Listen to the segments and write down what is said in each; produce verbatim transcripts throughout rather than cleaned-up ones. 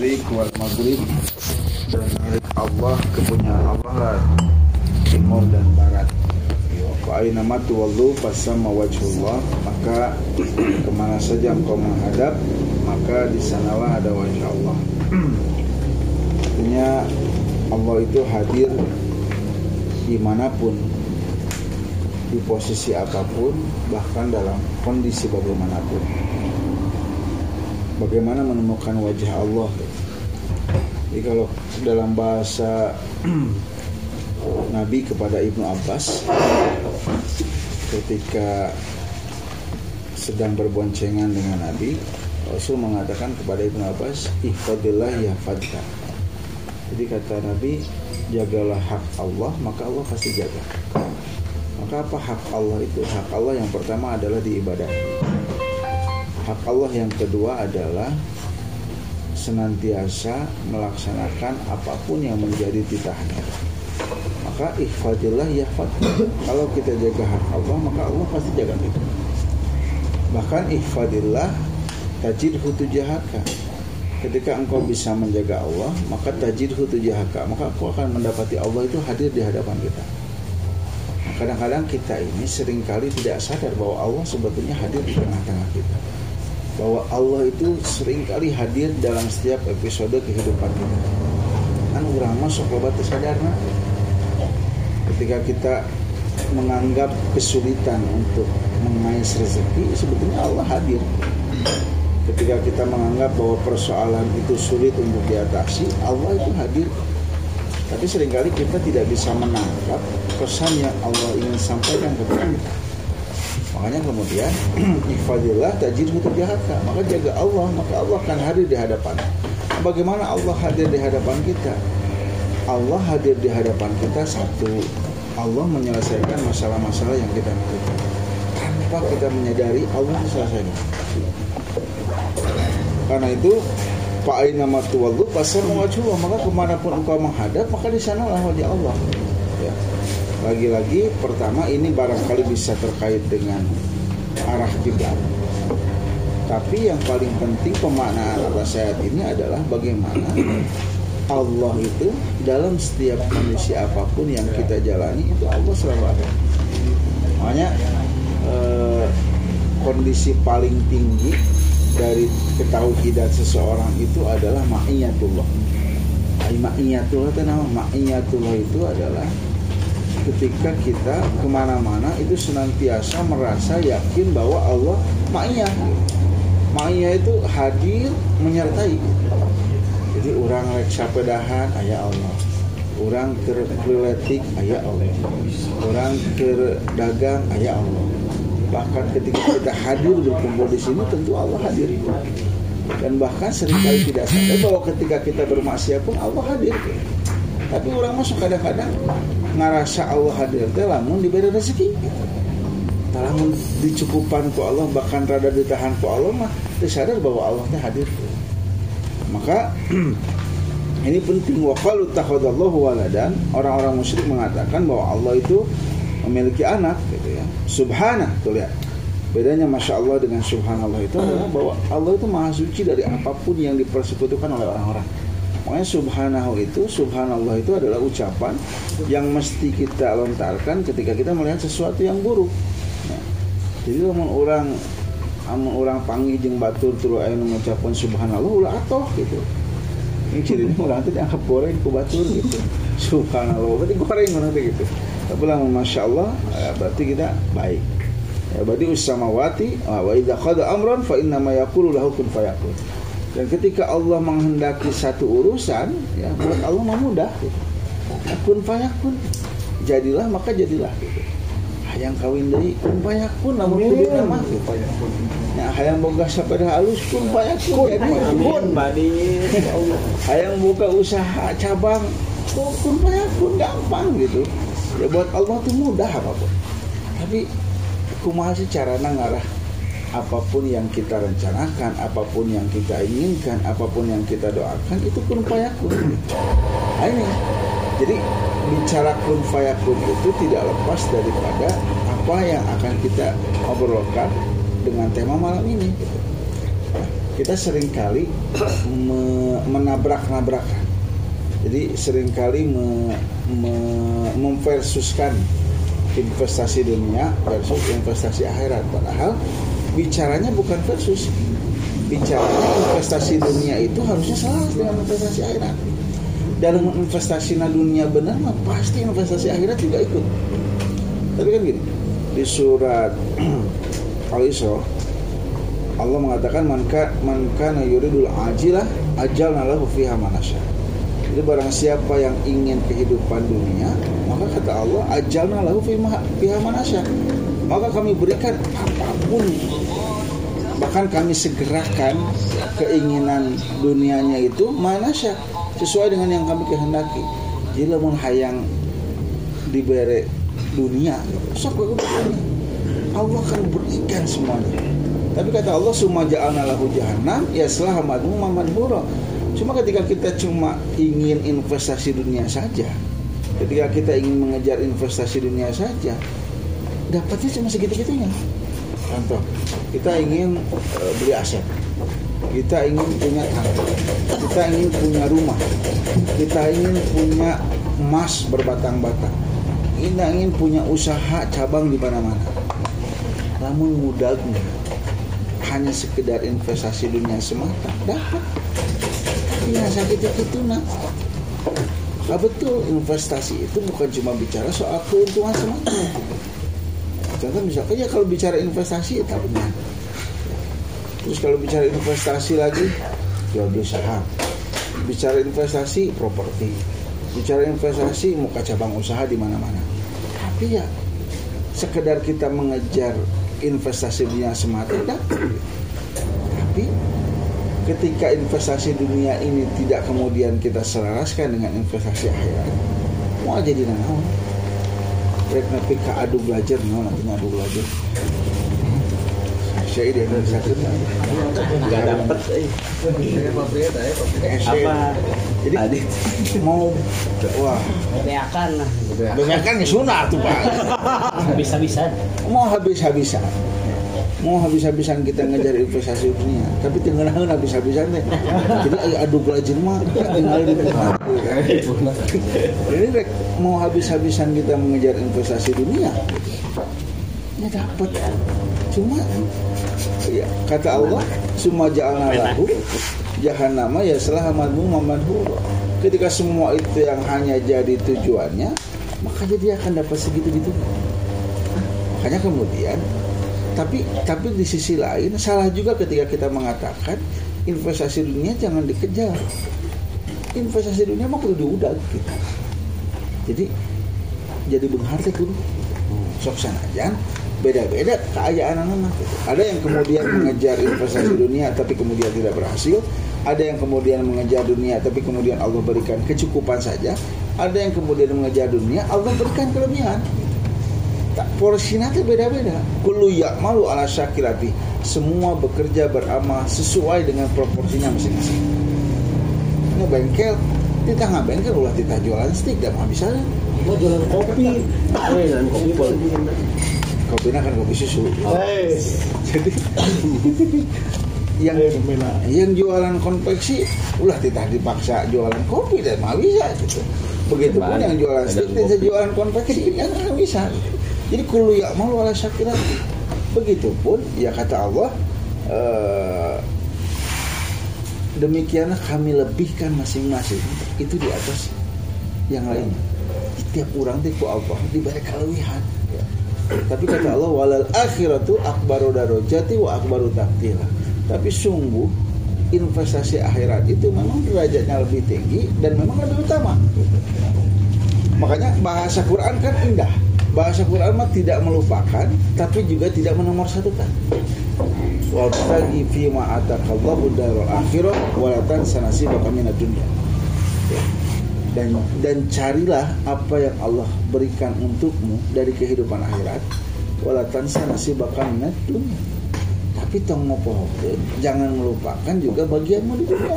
Masyriq wal Maghrib, dan milik Allah, kepunyaan Allah lah timur dan barat. Fa aina ma tuwallu fasamma wajhullah, maka kemana saja engkau menghadap maka di sanalah ada wajah Allah. Artinya Allah itu hadir dimanapun, di posisi apapun, bahkan dalam kondisi bagaimanapun. Bagaimana menemukan wajah Allah? Jadi kalau dalam bahasa Nabi kepada Ibnu Abbas ketika sedang berboncengan dengan Nabi, Rasul mengatakan kepada Ibnu Abbas, ihfadillah yahfadka. Jadi kata Nabi, jagalah hak Allah maka Allah pasti jaga. Maka apa hak Allah itu? Hak Allah yang pertama adalah diibadahi. Hak Allah yang kedua adalah senantiasa melaksanakan apapun yang menjadi titahnya. Maka ihfadillah yahfadka. Kalau kita jaga hak Allah maka Allah pasti jaga kita. Bahkan ihfadillah tajidhu tujahaka. Ketika engkau bisa menjaga Allah, maka tajidhu tujahaka, maka engkau akan mendapati Allah itu hadir di hadapan kita. Kadang-kadang kita ini seringkali tidak sadar bahwa Allah sebetulnya hadir di tengah-tengah kita, bahwa Allah itu seringkali hadir dalam setiap episode kehidupan kita. Kan urang masuk loba teu sadarna. Ketika kita menganggap kesulitan untuk mengais rezeki, sebetulnya Allah hadir. Ketika kita menganggap bahwa persoalan itu sulit untuk diatasi, Allah itu hadir. Tapi seringkali kita tidak bisa menangkap pesan yang Allah ingin sampaikan kepada kita. Makanya kemudian ihfadillah tajidhu tujahaka, maka jaga Allah maka Allah akan hadir di hadapan. Bagaimana Allah hadir di hadapan kita? Allah hadir di hadapan kita, satu, Allah menyelesaikan masalah-masalah yang kita miliki. Tanpa kita menyadari Allah selesaikan. Karena itu fa aina ma tuwallu fasamma wajhullah, maka kemanapun engkau menghadap maka di sanalah wajah Allah. Ya. Lagi-lagi pertama ini barangkali bisa terkait dengan arah kiblat. Tapi yang paling penting pemaknaan atas ayat ini adalah bagaimana Allah itu dalam setiap kondisi apapun yang kita jalani itu Allah selalu ada. Makanya eh, kondisi paling tinggi dari ketauhidan seseorang itu adalah ma'iyatullah. Ma'iyatullah itu nama ma'iyatullah itu adalah ketika kita kemana-mana itu senantiasa merasa yakin bahwa Allah ma'iyah. Ma'iyah itu hadir menyertai. Jadi orang rek sapedahan aya Allah, orang keur kleletik aya Allah, orang keur dagang aya Allah. Bahkan ketika kita hadir berkumpul di sini tentu Allah hadir. Dan bahkan seringkali tidak sadar bahwa ketika kita bermaksiat pun Allah hadir. Tapi orang masuk kadang-kadang ngarasa Allah hadir teh lamun diberi rezeki gitu. Lamun dicukupan ku Allah bahkan rada ditahan ku Allah mah teu sadar bahwa Allah teh hadir. Maka ini penting. Wa qalu takhadallahu waladan, orang-orang musyrik mengatakan bahwa Allah itu memiliki anak gitu ya. Subhanah, tuh lihat. Bedanya Masya Allah dengan Subhanallah itu adalah bahwa Allah itu maha suci dari apapun yang dipersekutukan oleh orang-orang. Makanya Subhanahu itu, Subhanallah itu adalah ucapan yang mesti kita lontarkan ketika kita melihat sesuatu yang buruk. Nah, jadi lamun orang amun orang panggil jeung batur turu aya nu ngucapkeun Subhanallah ulah atoh gitu. Ini cirinya urang teh dianggap goreng ku batur gitu. Subhanallah berarti goreng urang teh gitu. Tapi lamun Masya Allah berarti kita baik. Ya, berarti ussamawati wa idza qada amran fa inna ma yaqulu lahu kun fayakun. Dan ketika Allah menghendaki satu urusan, ya buat Allah mah mudah gitu. Kun fayakun. Jadilah maka jadilah gitu. Hayang kawin deui kun fayakun lamun kudu mah gitu. Ya hayang boga sapeda halus kun fayakun jadi kun badi Allah. Hayang buka usaha cabang kun fayakun gampang gitu. Ya buat Allah itu mudah apapun. Tapi kumaha sih carana ngarah apapun yang kita rencanakan, apapun yang kita inginkan, apapun yang kita doakan itu kun fayakun. Nah, ini. Jadi bicara kun fayakun itu tidak lepas daripada apa yang akan kita obrolkan dengan tema malam ini gitu. kita seringkali me- menabrak-nabrakan. Jadi seringkali me- me- memversuskan investasi dunia versus investasi akhirat. Padahal bicaranya bukan versus. Bicaranya investasi dunia itu harusnya selaras dengan investasi akhirat. Dalam investasi dunia benar mah pasti investasi akhirat juga ikut. Tapi kan gini, di surat Al-Isra Allah mengatakan manka manka yuridul ajilah ajalna lahu fiha ma nasya. Jadi barang siapa yang ingin kehidupan dunia, maka kata Allah ajalna lahu fiha ma nasya. Maka kami berikan apapun, bahkan kami segerakan keinginan dunianya itu manasya sesuai dengan yang kami kehendaki. Jadi lamun hayang diberi dunia, sok Allah akan berikan semuanya. Tapi kata Allah summa ja'alna lahu jahannam yaslaha madmuman madhura. Cuma ketika kita cuma ingin investasi dunia saja, ketika kita ingin mengejar investasi dunia saja, dapatnya cuma segitu-gitunya. Contoh, kita ingin uh, beli aset, kita ingin punya tanah, kita ingin punya rumah, kita ingin punya emas berbatang-batang, kita ingin punya usaha cabang di mana-mana. Namun mudahnya hanya sekedar investasi dunia semata dapat. Ya sakit itu nah. Nah, betul, investasi itu bukan cuma bicara soal keuntungan semata. Contoh misalnya ya kalau bicara investasi ya tabungan. Terus kalau bicara investasi lagi jual beli saham. Bicara investasi properti. Bicara investasi muka cabang usaha di mana-mana. Tapi ya sekedar kita mengejar investasi dunia semata dapat. Tapi ketika investasi dunia ini tidak kemudian kita selaraskan dengan investasi akhirat, mau jadi naon? Rek nepi ka adu belajar naon nantinya adu belajar. Saya ide Indonesia itu enggak dapat euy. Apa? Jadi mau wah, bebeakan lah. Bebeakan ya sunah tuh, Pak. Habis-habisan. Mau habis-habisan. Mau habis-habisan kita ngejar investasi dunia, tapi tinggal habis-habisan deh. Jadi adu belajar mah tinggal di rumah. Jadi rek mau habis-habisan kita mengejar investasi dunia, ya dapat. Cuma ya kata Allah, summa ja'alna lahu jahannama yaslaha madmuman madhura. Ketika semua itu yang hanya jadi tujuannya, maka dia akan dapat segitu-gitu. Makanya kemudian Tapi tapi di sisi lain salah juga ketika kita mengatakan investasi dunia jangan dikejar. Investasi dunia mah kudu diudag gitu. Jadi jadi beunghar teh kudu sok sanajan beda-beda keayaan mah gitu. Ada yang kemudian mengejar investasi dunia tapi kemudian tidak berhasil, ada yang kemudian mengejar dunia tapi kemudian Allah berikan kecukupan saja, ada yang kemudian mengejar dunia Allah berikan kelebihan. Tak porsinya itu beda-beda. Kullu ya'malu ala syakilati. Semua bekerja beramal sesuai dengan proporsinya masing-masing. Ini bengkel, kita nggak bengkel ulah kita jualan stick dan nggak bisa. Mau jualan kopi, jualan kopi kopinya kan kopi susu. Jadi yang yang jualan konveksi ulah kita dipaksa jualan kopi dan nggak bisa gitu. Begitupun yang jualan stick dan jualan konveksi yang nggak bisa. Jadi kullu ya'malu ala syakilati. Begitupun ya kata Allah ee, demikianlah kami lebihkan masing-masing itu di atas yang lainnya. Setiap orang itu Allah diberi kelebihan. Ya. Tapi kata Allah walal akhiratu akbaru darajati wa akbaru taqdira. Tapi sungguh investasi akhirat itu memang derajatnya lebih tinggi dan memang lebih utama. Makanya bahasa Quran kan indah. Bahasa Quran mah tidak melupakan tapi juga tidak menomorsatukan. Wabtaghi fima ataqallahu darul akhirah wa la tansa nasibaka minad dunya. Dan dan carilah apa yang Allah berikan untukmu dari kehidupan akhirat wa la tansa nasibaka minad dunya. Tapi tong ngopohokeun jangan melupakan juga bagianmu di dunia.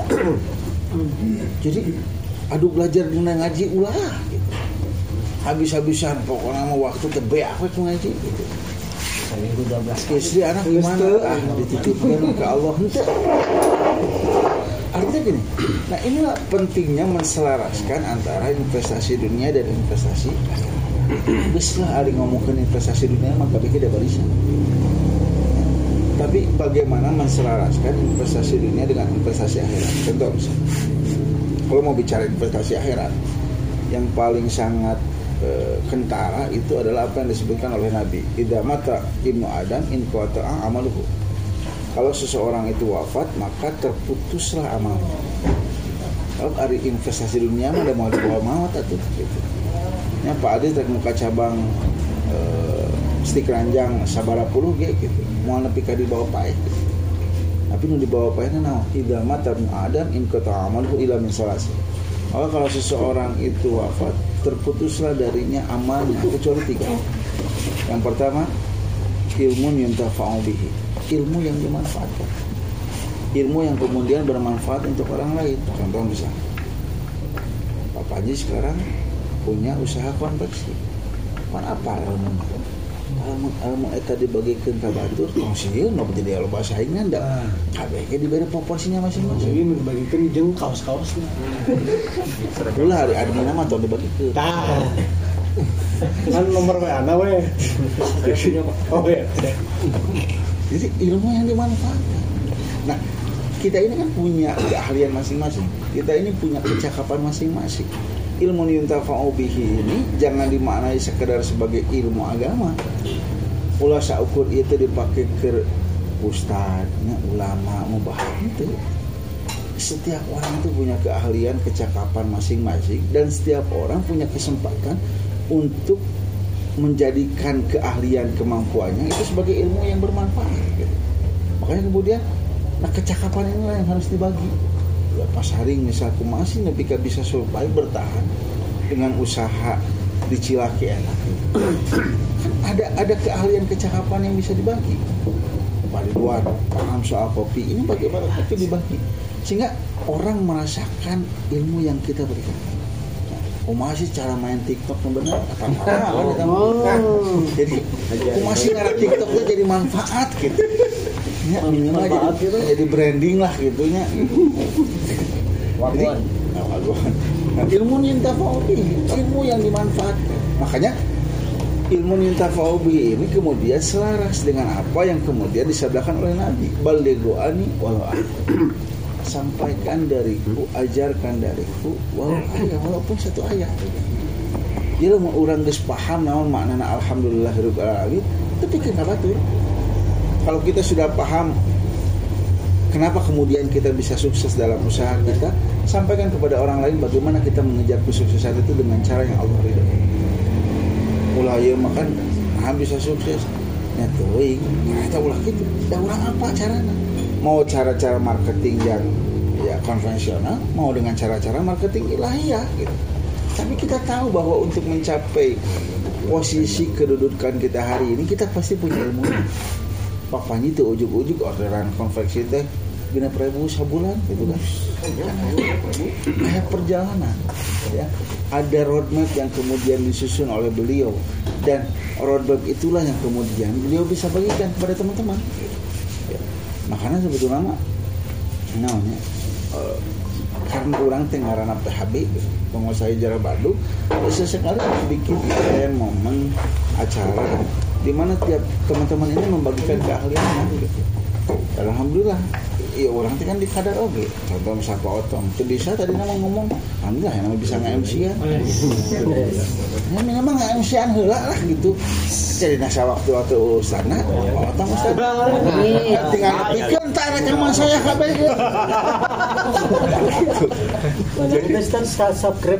Jadi adu belajar dina ngaji ulah gitu. Habis-habisan pokoknya mau waktu tebe apa tuh ngaji gitu. Seminggu dua belas Istri anak gimana? Ah, dititipkan ke Allah. Artinya gini, nah inilah pentingnya menselaraskan antara investasi dunia dan investasi akhirat. Bislah ada ngomongin investasi dunia maka pikir dia barisan. Tapi bagaimana menselaraskan investasi dunia dengan investasi akhirat? Contoh misalnya, kalau mau bicara investasi akhirat, yang paling sangat e, kentara itu adalah apa yang disebutkan oleh Nabi. Idza mata ibnu Adam in qata'a amaluhu. Kalau seseorang itu wafat, maka terputuslah amalnya. Kalau ada investasi dunia mah ada mau dibawa maut atau gitu. Ya Pak Adi tak muka cabang e, stik ranjang sabara puluh gitu. Mau nepi ka dibawa pae. Gitu. Tapi nu dibawa pae na idza mata ibnu Adam in qata'a amaluhu ila min salasi. Maka kalau seseorang itu wafat, terputuslah darinya amalnya kecuali tiga. Yang pertama, ilmun yuntafa'u bihi. Ilmu yang dimanfaatkan, ilmu yang kemudian bermanfaat untuk orang lain. Contoh misalnya, Pak Panji sekarang punya usaha konveksi, kan apa ilmunya? Ilmu ilmu eta dibagikan ke batur, kongsiun, mau jadi loba saingan dah. Kabehnya diberi proporsinya masing-masing. Ini dibagikan jeung kaos-kaosnya. Itulah hari admin mah tuh dibagikan. Tah. Kan nomor W A-na we. Oh ya. Jadi ilmu yang dimanfaatkan. Nah, kita ini kan punya keahlian masing-masing. Kita ini punya kecakapan masing-masing. Ilmu yuntafa'u bihi ini jangan dimaknai sekedar sebagai ilmu agama. Ulah saukur itu dipakai ke ustadznya, ulama, mubah itu. Setiap orang itu punya keahlian, kecakapan masing-masing, dan setiap orang punya kesempatan untuk menjadikan keahlian kemampuannya itu sebagai ilmu yang bermanfaat gitu. Makanya kemudian nah kecakapan inilah yang harus dibagi. Ya pas hari misal masih nepika bisa survive bertahan dengan usaha di Cilaki enak. Kan ada ada keahlian kecakapan yang bisa dibagi. Pak Ridwan paham soal kopi, ini bagaimana kopi dibagi sehingga orang merasakan ilmu yang kita berikan. Oh masih cara main TikTok yang benar apa-apa oh, oh. Jadi oh masih cara TikToknya jadi manfaat gitu ya, minimal jadi, gitu. Jadi branding lah gitunya jadi nah, ilmu yuntafa'u bihi, ilmu yang dimanfaatkan. Makanya ilmu yuntafa'u bihi ini kemudian selaras dengan apa yang kemudian disabdakan oleh Nabi, balighu ani walau sampaikan dariku, ajarkan dariku walau ayat, walaupun satu ayat. Jadi mau orang geus paham naon maknana alhamdulillahirabbil alamin, tapi kenapa tuh? Kalau kita sudah paham kenapa kemudian kita bisa sukses dalam usaha kita, sampaikan kepada orang lain bagaimana kita mengejar kesuksesan itu dengan cara yang Allah ridhoi. Ulah ieu makan ah bisa sukses nya teuing, eta ulah kitu. Da urang apa carana? Mau cara-cara marketing yang ya konvensional, mau dengan cara-cara marketing ilahiyah gitu. Tapi kita tahu bahwa untuk mencapai posisi kedudukan kita hari ini, kita pasti punya ilmu. Pak Panji itu ujuk-ujuk orderan konveksi teh genep ribu sebulan gitu kan. Kayak perjalanan ya. Ada roadmap yang kemudian disusun oleh beliau, dan roadmap itulah yang kemudian beliau bisa bagikan kepada teman-teman. Makanya sebetulnya namanya uh, karena orang tengarana P H B pengusaha Hijrah Bandung, sesekali bikin event, momen, acara di mana tiap teman-teman ini membagikan keahliannya gitu. Alhamdulillah, iya orang itu kan di kadar oke. Contoh misalnya Pak Otong, itu bisa tadi nama ngomong, alhamdulillah yang nama bisa nge-M C-an. Ya memang nge-M C-an heula lah gitu. Jadi nasa waktu-waktu urusan, Pak Otong Ustaz. Tinggal nepikeun tah ada teman saya kabeh. Jadi Ustaz subscribe.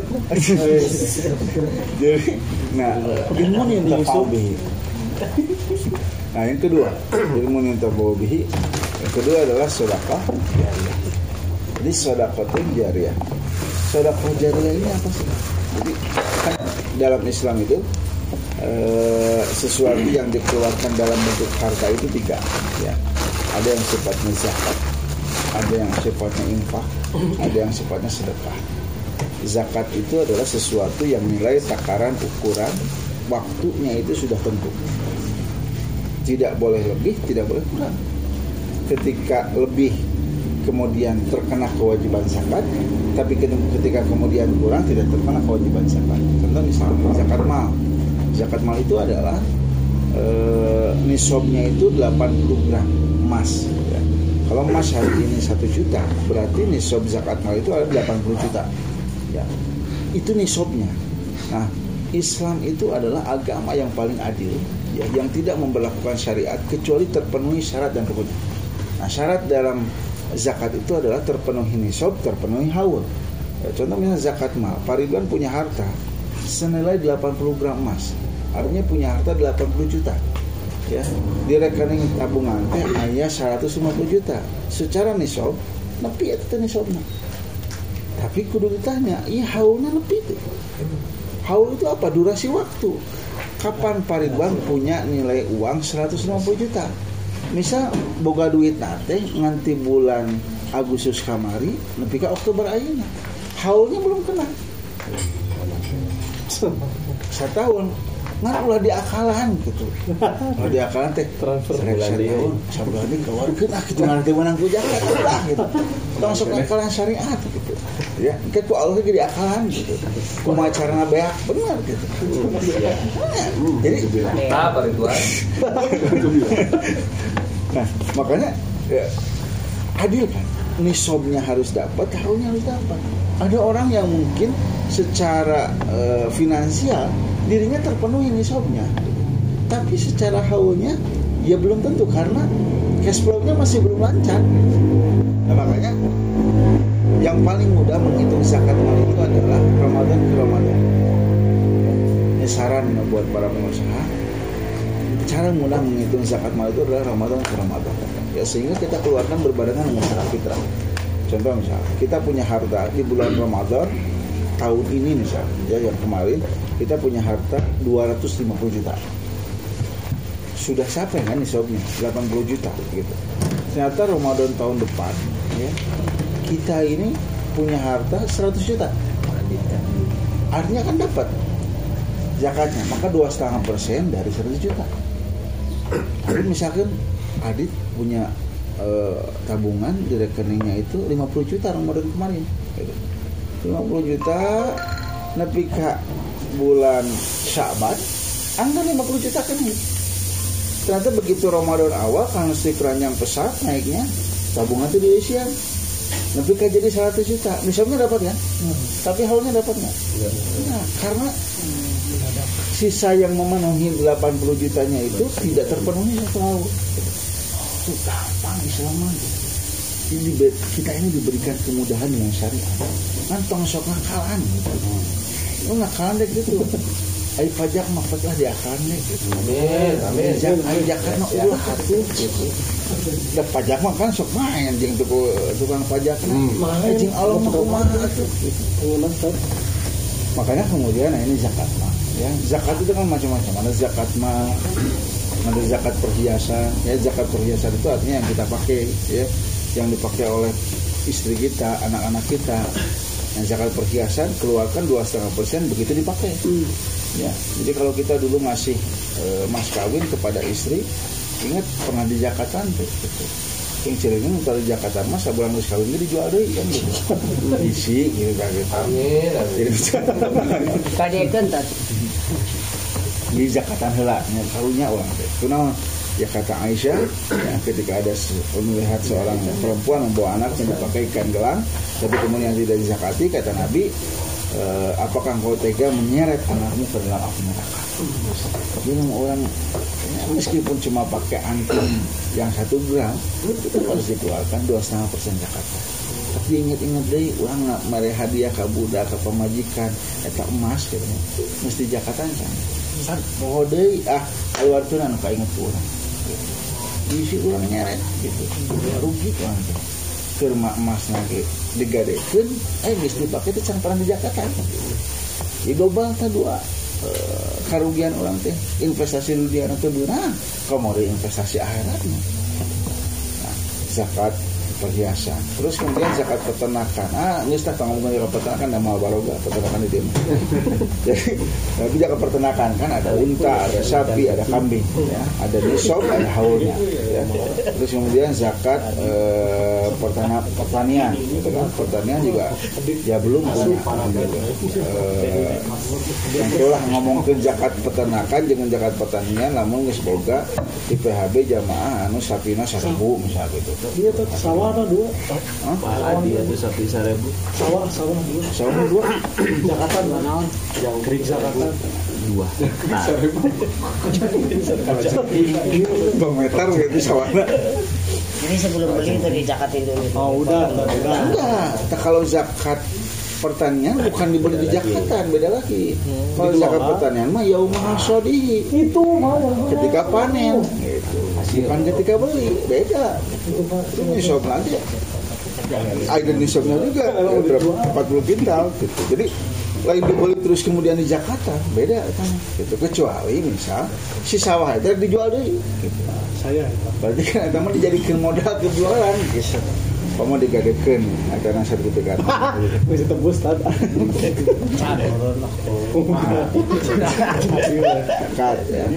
Jadi, nah ilmu yang tafabihi. Nah yang kedua, ilmu yang tafabihi. Yang kedua adalah sedekah jariyah. Jadi sedekah jariyah. Sedekah jariyah ini apa sih? Jadi kan dalam Islam itu eh, sesuatu yang dikeluarkan dalam bentuk harta itu tiga, ya. Ada yang sifatnya zakat, ada yang sifatnya infak, ada yang sifatnya sedekah. Zakat itu adalah sesuatu yang nilai takaran ukuran waktunya itu sudah tentu. Tidak boleh lebih, tidak boleh kurang. Ketika lebih kemudian terkena kewajiban zakat, tapi ketika kemudian kurang tidak terkena kewajiban zakat. Contoh misalnya zakat mal. Zakat mal itu adalah e, nisabnya itu delapan puluh gram emas. Ya. Kalau emas hari ini satu juta, berarti nisab zakat mal itu adalah delapan puluh juta. Ya. Itu nisabnya. Nah, Islam itu adalah agama yang paling adil, ya, yang tidak memberlakukan syariat kecuali terpenuhi syarat dan rukun. Nah, syarat dalam zakat itu adalah terpenuhi nisab, terpenuhi haul. Ya, contoh misalnya zakat mal, Pak Ridwan punya harta senilai delapan puluh gram emas, artinya punya harta delapan puluh juta. Ya, di rekening tabungan teh aya seratus lima puluh juta. Secara nisab, nepi eta nisabna. Tapi kudu ditanya, iya haulna nepi teh. Haul itu apa? Durasi waktu. Kapan Pak Ridwan punya nilai uang seratus lima puluh juta? Misal boga duit nate nganti bulan Agustus kamari nepi ka Oktober ayeuna. Haulnya belum kena. Setahun ngan ulah diakalan gitu. Ulah diakalan teh transfer bulan dia sabulan deui keluarkeun ah kitu ngan teh menang ku zakat ulah gitu. Tong sok akalan syariat gitu. Ya, engke ku Allah ge diakalan gitu. Kumaha carana beak bener gitu. Jadi apa Ridwan? Nah, makanya ya, adil kan. Nisabnya harus dapat, haulnya harus dapat. Ada orang yang mungkin secara uh, finansial dirinya terpenuhi nisabnya, tapi secara haulnya ya belum tentu karena cash flow-nya masih belum lancar. Nah, makanya yang paling mudah menghitung zakat mal itu adalah Ramadan ke Ramadan. Ini saran buat para pengusaha. Cara mudah menghitung zakat mal itu adalah Ramadan ke Ramadan. Ya, sehingga kita keluarkan berbarengan dengan zakat fitrah. Contoh misalnya, kita punya harta di bulan Ramadan tahun ini misalnya, ya yang kemarin kita punya harta dua ratus lima puluh juta. Sudah sampai kan nisabnya delapan puluh juta gitu. Ternyata Ramadan tahun depan ya, kita ini punya harta seratus juta. Artinya kan dapat zakatnya, maka dua koma lima persen dari seratus juta. Tapi misalkan Adit punya e, tabungan di rekeningnya itu lima puluh juta Ramadan kemarin gitu. lima puluh juta nepi ka bulan Sya'ban angka lima puluh juta kan. Ternyata begitu Ramadan awal karena si keranjang pesat naiknya tabungan itu diisian nepi ka jadi seratus juta. Misalnya dapat kan? Hmm. Tapi haulnya dapat enggak? Ya. Nah, karena sisa yang memenuhi delapan puluh jutanya itu tidak terpenuhi satu haul. Itu gampang Islam aja. Ini kita ini diberikan kemudahan dengan syariat. Kan tong sok ngakalan gitu. Lu ngakalan deh gitu. Ai pajak mah pajak diakalan deh gitu. Amin, amin. Jangan ai zakat mah ulah atuh gitu. Da pajak mah kan sok main jeung tukang pajak mah. Jeung Allah mah kumaha atuh gitu. Makanya kemudian nah ini zakat mah ya. Zakat itu kan macam-macam. Ada zakat mah, ada zakat perhiasan. Ya, zakat perhiasan itu artinya yang kita pakai ya, yang dipakai oleh istri kita, anak-anak kita. Yang zakat perhiasan keluarkan dua koma lima persen begitu dipakai. Hmm. Ya, jadi kalau kita dulu masih e, mas kawin kepada istri, ingat pernah di zakatan tuh. Gitu. Yang ciringin utara Jakarta mas sabulan geus kawin ge dijual deui kan gitu. Isi gitu kaget. Amin. Kadekeun tah. Di Jakarta heula nya karunya urang teh. Kunaon? Ya kata Aisyah, ya, ketika ada melihat seorang perempuan membawa anaknya dipakaikan gelang, tapi kemudian tidak dizakati, kata Nabi, e, apakah engkau tega menyeret anakmu ke dalam api neraka? Jadi orang ya, meskipun cuma pakai anting yang satu gram, itu harus dikeluarkan dua koma lima persen zakat. Tapi ingat-ingat deh, orang nak mere hadiah ke budak, ke pemajikan, eta emas gitu, mesti zakatan kan? San, oh deh, ah keluar tuh anu kainget orang. Isi orang nyeret gitu, rugi kan? Kerma emas lagi digadekeun, eh geus dipake teh can pernah dijakatan. Idobal teh dua e, karugian orang teh investasi dunia teh beunang, komo deui investasi akhiratna. Nah, zakat perhiasan. Terus kemudian zakat peternakan. Ah, ini setelah ngomongin zakat peternakan nama baroga peternakan itu. Jadi, tapi zakat peternakan kan ada unta, ada sapi, ada kambing, ya. Ada nisab, ada haulnya. Ya. Terus kemudian zakat eh, pertana, pertanian, gitu kan? Pertanian juga ya belum punya. Eh, yang itulah ngomong ke zakat peternakan dengan zakat pertanian, namun geus boga di P H B jamaah anu sapina seribu misalnya gitu. Iya tuh sawah ada dua. Hah? Malah dia tuh sapi seribu. Sawah sawah dua. Sawah dua. Jakatan naon? Yang kering jakatan Dua. Nah, Bang meter gitu sawahnya. Jadi sebelum beli itu dizakatin dulu. Oh udah, udah. Enggak, nah, kalau zakat pertanian bukan dibeli di zakatan, beda lagi. Kalau zakat pertanian mah yaumul hasadi. Itu mau. Ketika panen, gitu. Bukan ketika beli, beda. Itu nisab nanti. Ada nisabnya juga, empat puluh kintal gitu. Jadi lain dibeli terus kemudian di zakatan, beda kan. Gitu. Kecuali misal si sawah itu dijual deh. Gitu. Saya. Berarti kan itu mah dijadikan modal kejualan gitu. Kamu digadekeun antara sertifikat. Bisa tembus tadi. Zakat ya.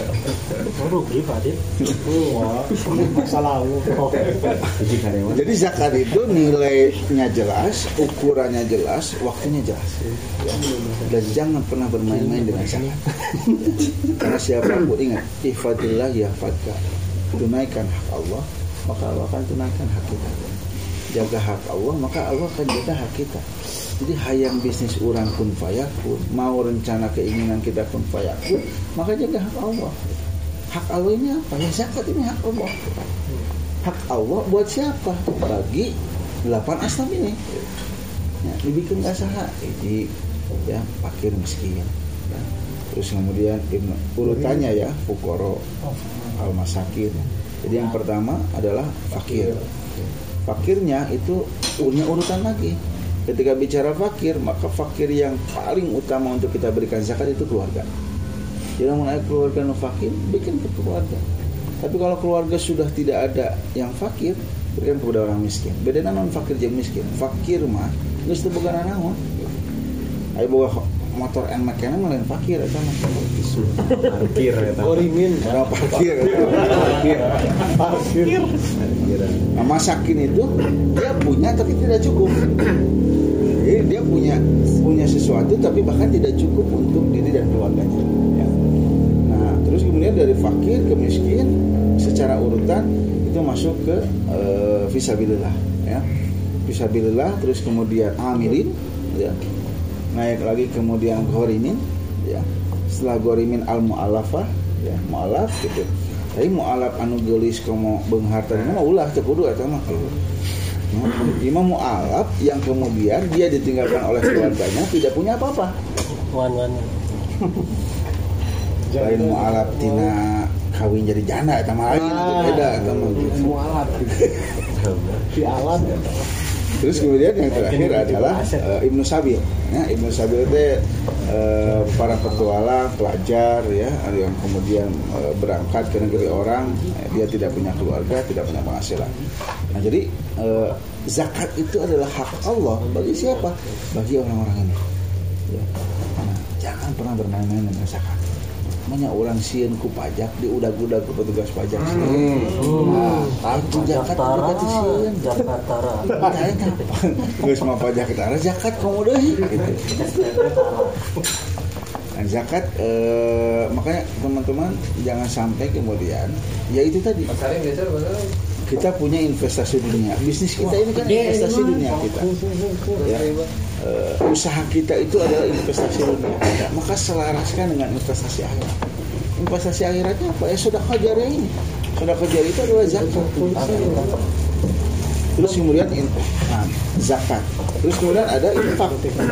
Rugi Pak Dit. Wah, masalah lu. Jadi zakat itu nilainya jelas, ukurannya jelas, waktunya jelas. Ya. Dan jangan pernah bermain-main dengan zakat. Karena siapapun ingat, ihfadillah yahfadka. Tunaikan hak Allah, maka Allah akan tunaikan hak kita. Jaga hak Allah, maka Allah akan jaga hak kita. Jadi hayang bisnis orang kun fayakun, mau rencana keinginan kita kun fayakun, maka jaga hak Allah. Hak Allah ini apa? Ya zakat ini hak Allah. Hak Allah buat siapa? Bagi delapan asnaf ini. Ya, dibikin kasaha, jadi ya fakir miskin. Ya. Terus kemudian urutannya ya fuqara, al-masakin. Jadi yang pertama adalah fakir. Fakirnya itu punya urutan lagi. Ketika bicara fakir, maka fakir yang paling utama untuk kita berikan zakat itu keluarga. Jangan menaik keluarga yang fakir, bikin ke keluarga. Tapi kalau keluarga sudah tidak ada yang fakir, berikan kepada orang miskin. Beda non fakir jeung miskin. Fakir mah geus teu boga naon. Ayo boga motor en makena mah lain fakir eta mah. parkir eta. Orimin. Orang parkir eta. Parkir. Parkir. Nah, masakin itu dia punya tapi tidak cukup. Jadi dia punya punya sesuatu tapi bahkan tidak cukup untuk diri dan keluarganya. Ya. Nah, terus kemudian dari fakir ke miskin secara urutan itu masuk ke uh, fisabilillah, ya. Fisabilillah, terus kemudian amilin, ya. Naik lagi kemudian ghorimin, ya. Setelah ghorimin al mu'alafah, ya, mu'alaf gitu. Tapi mu'alaf anu geulis komo beung harta mah ulah teu kudu eta mah. Imam mu'alaf yang kemudian dia ditinggalkan oleh keluarganya tidak punya apa-apa. Wan-wan. Lain mu'alaf tina kawin jadi janda eta mah lain itu beda eta mah. Mualaf. Di alat. Terus kemudian yang terakhir adalah uh, Ibnu Sabil. Ya, Ibnu Sabil itu uh, para petualang, pelajar ya, yang kemudian uh, berangkat ke negeri orang, eh, dia tidak punya keluarga, tidak punya penghasilan. Nah, jadi uh, zakat itu adalah hak Allah bagi siapa? Bagi orang-orang ini. Ya. Nah, jangan pernah bermain-main dengan zakat. Namanya orang sieun ku pajak diudag-udag ke petugas pajak sih. Hmm. Nah, itu zakat zakat sieun. Zakat tara. Saya kapan? Geus mah pajak tara zakat komo deui gitu. Nah, zakat eh, makanya teman-teman jangan sampai kemudian ya itu tadi. Pasarin geser, pasarin. Kita punya investasi dunia. Bisnis kita ini kan investasi dunia kita. Ya. Uh, usaha kita itu adalah investasi dunia kita. Maka selaraskan dengan investasi akhirat. Investasi akhiratnya apa? Ya sedekah jariah ini. Sedekah jariah itu adalah zakat. Terus kemudian nah, zakat. Terus kemudian ada infak.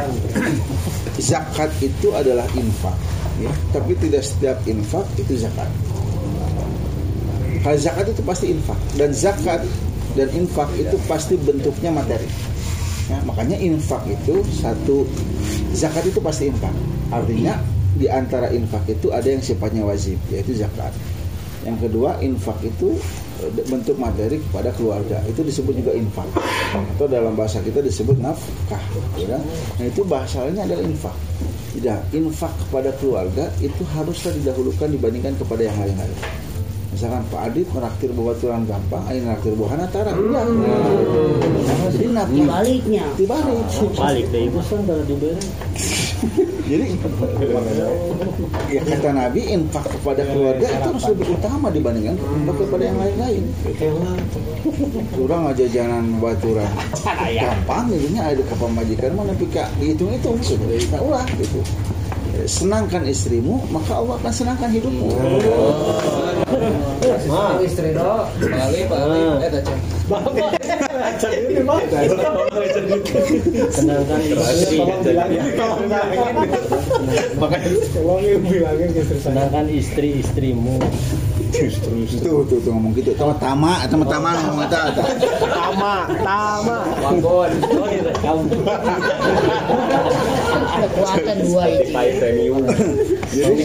Zakat itu adalah infak, ya. Tapi tidak setiap infak itu zakat. Hal zakat itu pasti infak, dan zakat dan infak itu pasti bentuknya materi. Ya, makanya infak itu satu, zakat itu pasti infak. Artinya di antara infak itu ada yang sifatnya wajib, yaitu zakat. Yang kedua, infak itu bentuk materi kepada keluarga, itu disebut juga infak, atau dalam bahasa kita disebut nafkah, ya. Nah itu bahasanya adalah infak. Tidak, infak kepada keluarga itu haruslah didahulukan dibandingkan kepada yang lain-lain. Misalkan Pak Adit meraktir babaturan gampang, ayo meraktir buahana tara, udah. Jadi nafkah Dibaliknya. dibalik. Balik deh itu kan kalau diberi. Jadi ya kata Nabi, infak kepada keluarga itu harus lebih utama dibandingkan infak kepada yang lain-lain. Kurang aja jalan baturan gampang, jadinya ada ke pemajikan mana pika dihitung-hitung sudah kita ulah gitu. Senangkan istrimu, maka Allah akan senangkan hidupmu. Mah. Istri do, balik balik, eh dah Senangkan istri. Senangkan istri-istrimu. Itu tuh tuh ngomong gitu. Sama tama, sama tama ngomong eta eta. Tama, tama. Wanggon. Oh gitu. Kekuatan dua itu. Premium. Jadi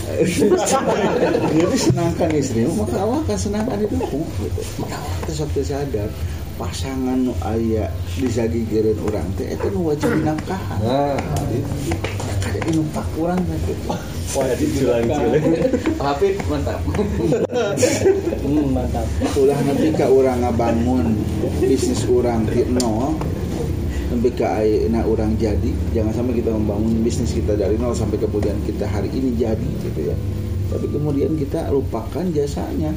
Jadi senangkan istrimu, maka Allah akan senangkan hidupmu. Gitu. Maka Allah sesuatu sadar pasangan nu aya disagigeureun urang teh eta nu wajib dinafkahan. Nah, kada dinumpak urang teh. Wah, diculang-culang. Hafid mantap. Hmm, mantap. Ulah nepi ka urang ngabangun bisnis urang ti nol, nepi ka ayeuna urang jadi. Jangan sampai kita membangun bisnis kita dari nol sampai kemudian kita hari ini jadi gitu ya. Tapi kemudian kita lupakan jasanya.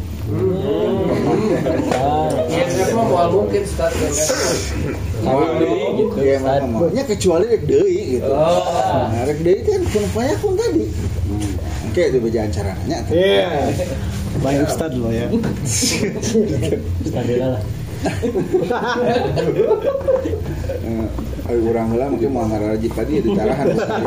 Ya semua mau mungkin start ya. Gitu. Ya makanya kecuali rek deui gitu. Nah, rek deui kan kun payakun tadi. Oke, itu bejaan caranya. Iya. Baik Ustaz lo ya. Stadila lah. Eh, urang heula mungkin mau ngaraji tadi ya ditarahan.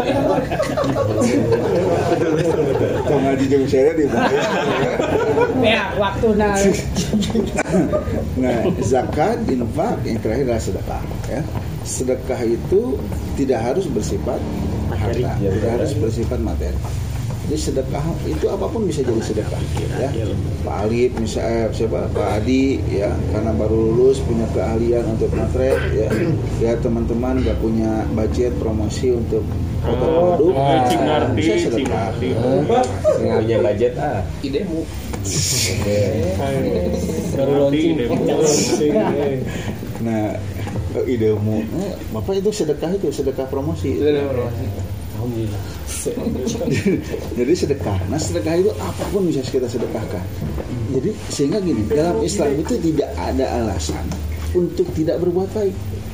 Tong ngaji jeung saya di Ya, waktuna. Nah, zakat, infak, yang terakhir adalah sedekah ya. Sedekah itu tidak harus bersifat harta, tidak harus bersifat materi. Jadi sedekah itu apapun bisa jadi sedekah ya. Pak Alif misalnya siapa Pak Adi ya, karena baru lulus punya keahlian untuk matret ya. Ya teman-teman nggak punya budget promosi untuk foto produk, nah, bisa sedekah. Nggak punya budget ah. Idemu. Baru launching. Nah, oh, idemu, eh, Bapak itu sedekah itu sedekah promosi. Alhamdulillah. Jadi sedekah. Nah sedekah itu apapun bisa kita sedekahkan. Jadi sehingga gini, dalam Islam itu tidak ada alasan untuk tidak berbuat baik.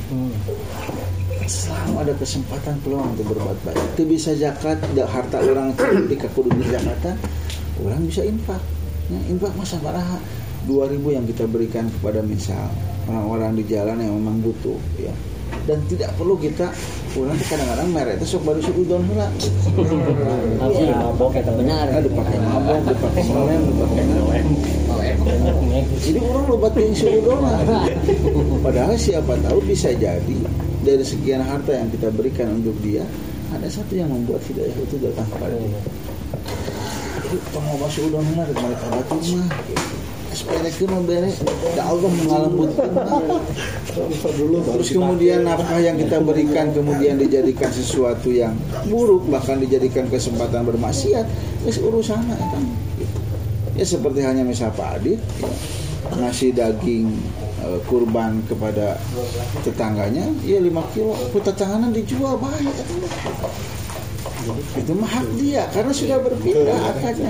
Selalu ada kesempatan peluang untuk berbuat baik. Itu bisa zakat, harta orang ketika kudu di zakatan, orang bisa infak. Ya, infak masa baraha dua ribu yang kita berikan kepada misal orang-orang di jalan yang memang butuh ya. Dan tidak perlu kita pulang kadang-kadang merek itu sok baru sudon heula. Tapi mabok eta benar. Ada pakai mabok, dipakai lem, dipakai lem. Jadi orang lobat yang sudon. Padahal siapa tahu bisa jadi dari sekian harta yang kita berikan untuk dia, ada satu yang membuat hidayah itu datang kepada dia. Jadi tong masuk udon heula rek mereka batu mah. Seperekeun mah beres. Da Allah mengalembutkeun. Terus kemudian nafkah yang kita berikan kemudian dijadikan sesuatu yang buruk, bahkan dijadikan kesempatan bermaksiat, wis urusana eta. Ya seperti hanya misal Pak Adit ya, ngasih daging e, kurban kepada tetangganya, ya lima kilo, ku tetanganan dijual baik eta. Itu mah hak dia karena sudah berpindah akadnya.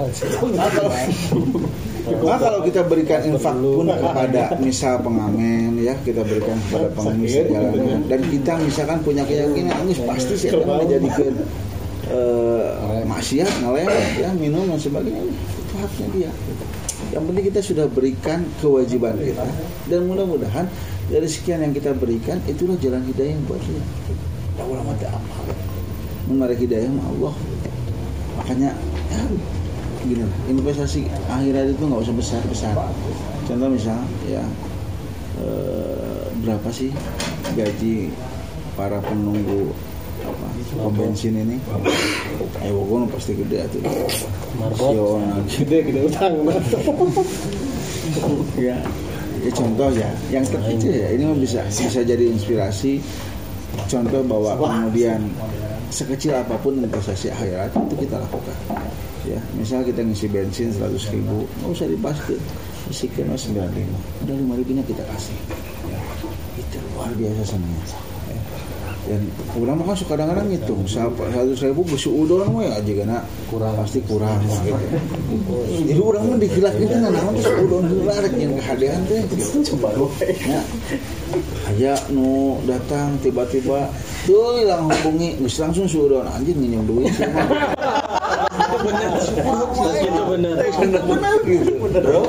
Nah, kalau kita berikan infak pun kepada misal pengamen ya, kita berikan kepada pengemis jalanan dan kita misalkan punya keyakinan ini pasti sih akan menjadikan uh, maksiat, ngelewat ya, minum dan sebagainya, itu haknya dia. Yang penting kita sudah berikan kewajiban kita dan mudah-mudahan dari sekian yang kita berikan itulah jalan hidayah buat dia. Ya ulama tak amal. Menarik hidayah Allah. Makanya ya, gini lah, investasi akhirat itu nggak usah besar-besar. Contoh misal ya eh, berapa sih gaji para penunggu apa pom bensin ini? Eh wogon pasti gede atuh. Marbot gede gede utang. Ya. Ya contoh ya, yang terkecil ya ini mah bisa bisa jadi inspirasi. Contoh bahwa kemudian sekecil apapun investasi akhirat itu kita lakukan. Ya, misal kita ngisi bensin seratus ribu, nggak usah dibahas ke isikan sembilan puluh lima, udah lima ribunya kita kasih. Ya, itu luar biasa senangnya. Ya. Dan orang mah kan kadang-kadang ngitung seratus ribu besi udon we aja karena kurang pasti kurang gitu. Jadi orang mah dikilak itu nah terus udon heula rek yang kehadiran teh coba ya. Aya nu datang tiba-tiba tuh hilang hubungi geus langsung si udon anjing nginjem duit sama. Benar. Itu benar. Benar gitu. Bro.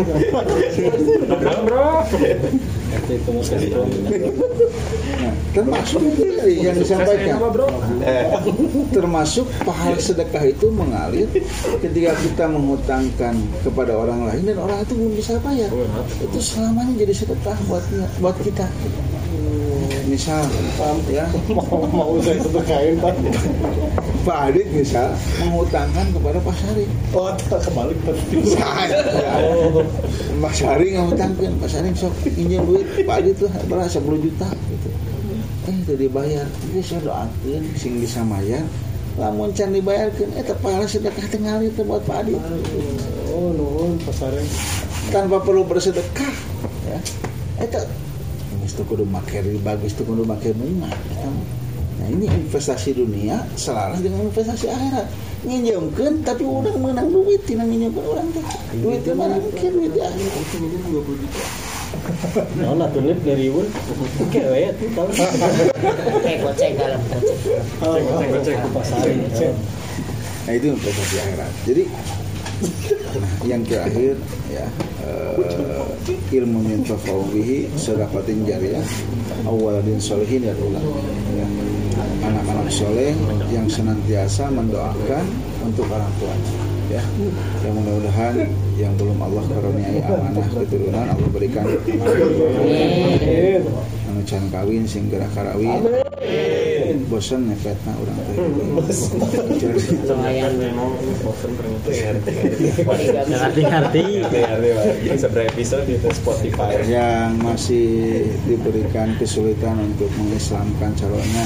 Bro. Itu mungkin itu. Nah, termasuk itu tadi yang disampaikan. Termasuk pahala sedekah itu mengalir ketika kita menghutangkan kepada orang lain dan orang itu belum bisa bayar. Itu selamanya jadi sedekah buat buat kita. Misal, ya mau mau saya sedekahin Pak. Pak Adit misal menghutangkan kepada Pak Sari. Oh, kebalik tadi. Oh, Pak Sari ngahutangkeun, Pak Sari sok pinjam duit, Pak Adit tuh berapa sepuluh juta gitu. Eh itu dibayar, jadi saya doakeun sing bisa bayar. Lamun can dibayarkeun eta pahala sedekah teh ngalir teh buat Pak Adit. Oh, nuhun Pak Sari. Tanpa perlu bersedekah, ya. Eta itu kudu make bagus itu kudu make bunga. Nah ini investasi dunia selaras dengan investasi akhirat. Nginjemkeun tapi urang menang duit tina nginjemkeun urang teh. Duit teh mana mungkin duit di akhirat. dua puluh juta. Nah, lah tulip dari ribu. Oke, we tuh tahu. Oke, goceng dalam goceng. Goceng-goceng ke pasar. Nah itu investasi akhirat. Jadi nah, yang terakhir ya uh, ilmu yantafa'u bihi sedekatin jariyah awaladin sholihin ya ulang ya. Anak-anak soleh yang senantiasa mendoakan untuk orang tuanya ya. Yang mudah-mudahan yang belum Allah karuniai amanah keturunan Allah berikan amanah anu can kawin sing gerak karawin bosan nyepetna urang teh Lumayan memang bosan ternyata. Hati-hati. Jadi seberapa episode di Spotify yang masih diberikan kesulitan untuk mengislamkan calonnya.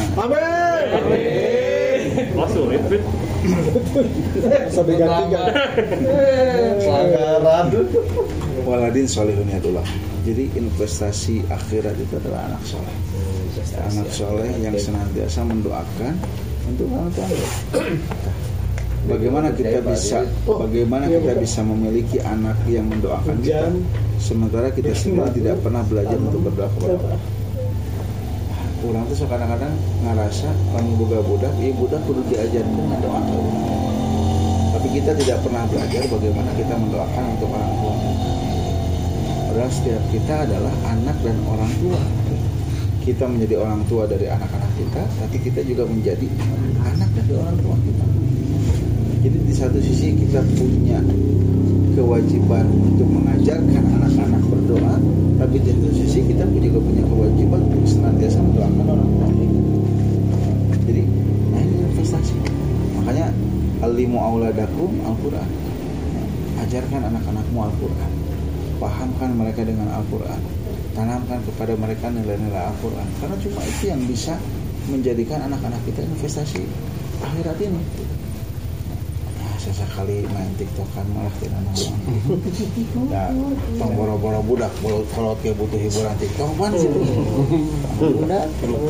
Amin. Oh sulit fit. Sampai ganti kan. Pelanggaran. Waladin solihun yadullah. Jadi investasi akhirat itu adalah anak soleh. Anak soleh yang senantiasa mendoakan untuk orang tua. Bagaimana kita bisa, bagaimana kita bisa memiliki anak yang mendoakan kita, sementara kita sendiri tidak pernah belajar untuk berdoa kepada Allah. Orang tuh kadang-kadang ngerasa kamu boga budak, iya budak kudu diajarkan doa. Tapi kita tidak pernah belajar bagaimana kita mendoakan untuk orang tua. Padahal setiap kita adalah anak dan orang tua. Kita menjadi orang tua dari anak-anak kita, tapi kita juga menjadi anak dari orang tua kita. Jadi di satu sisi kita punya kewajiban untuk mengajarkan anak-anak berdoa, tapi di satu sisi kita juga punya kewajiban untuk senantiasa mendoakan orang tua kita. Jadi, nah ini investasi. Makanya alimu auladakum Al-Quran. Ajarkan anak-anakmu Al-Quran. Pahamkan mereka dengan Al-Quran. Tanamkan kepada mereka nilai-nilai Al-Quran. Karena cuma itu yang bisa menjadikan anak-anak kita investasi akhirat ini. Nah, sesekali main tiktokan malah tidak nongol. Nah, tong boro-boro budak kalau kayak butuh hiburan tiktok kan sih. Budak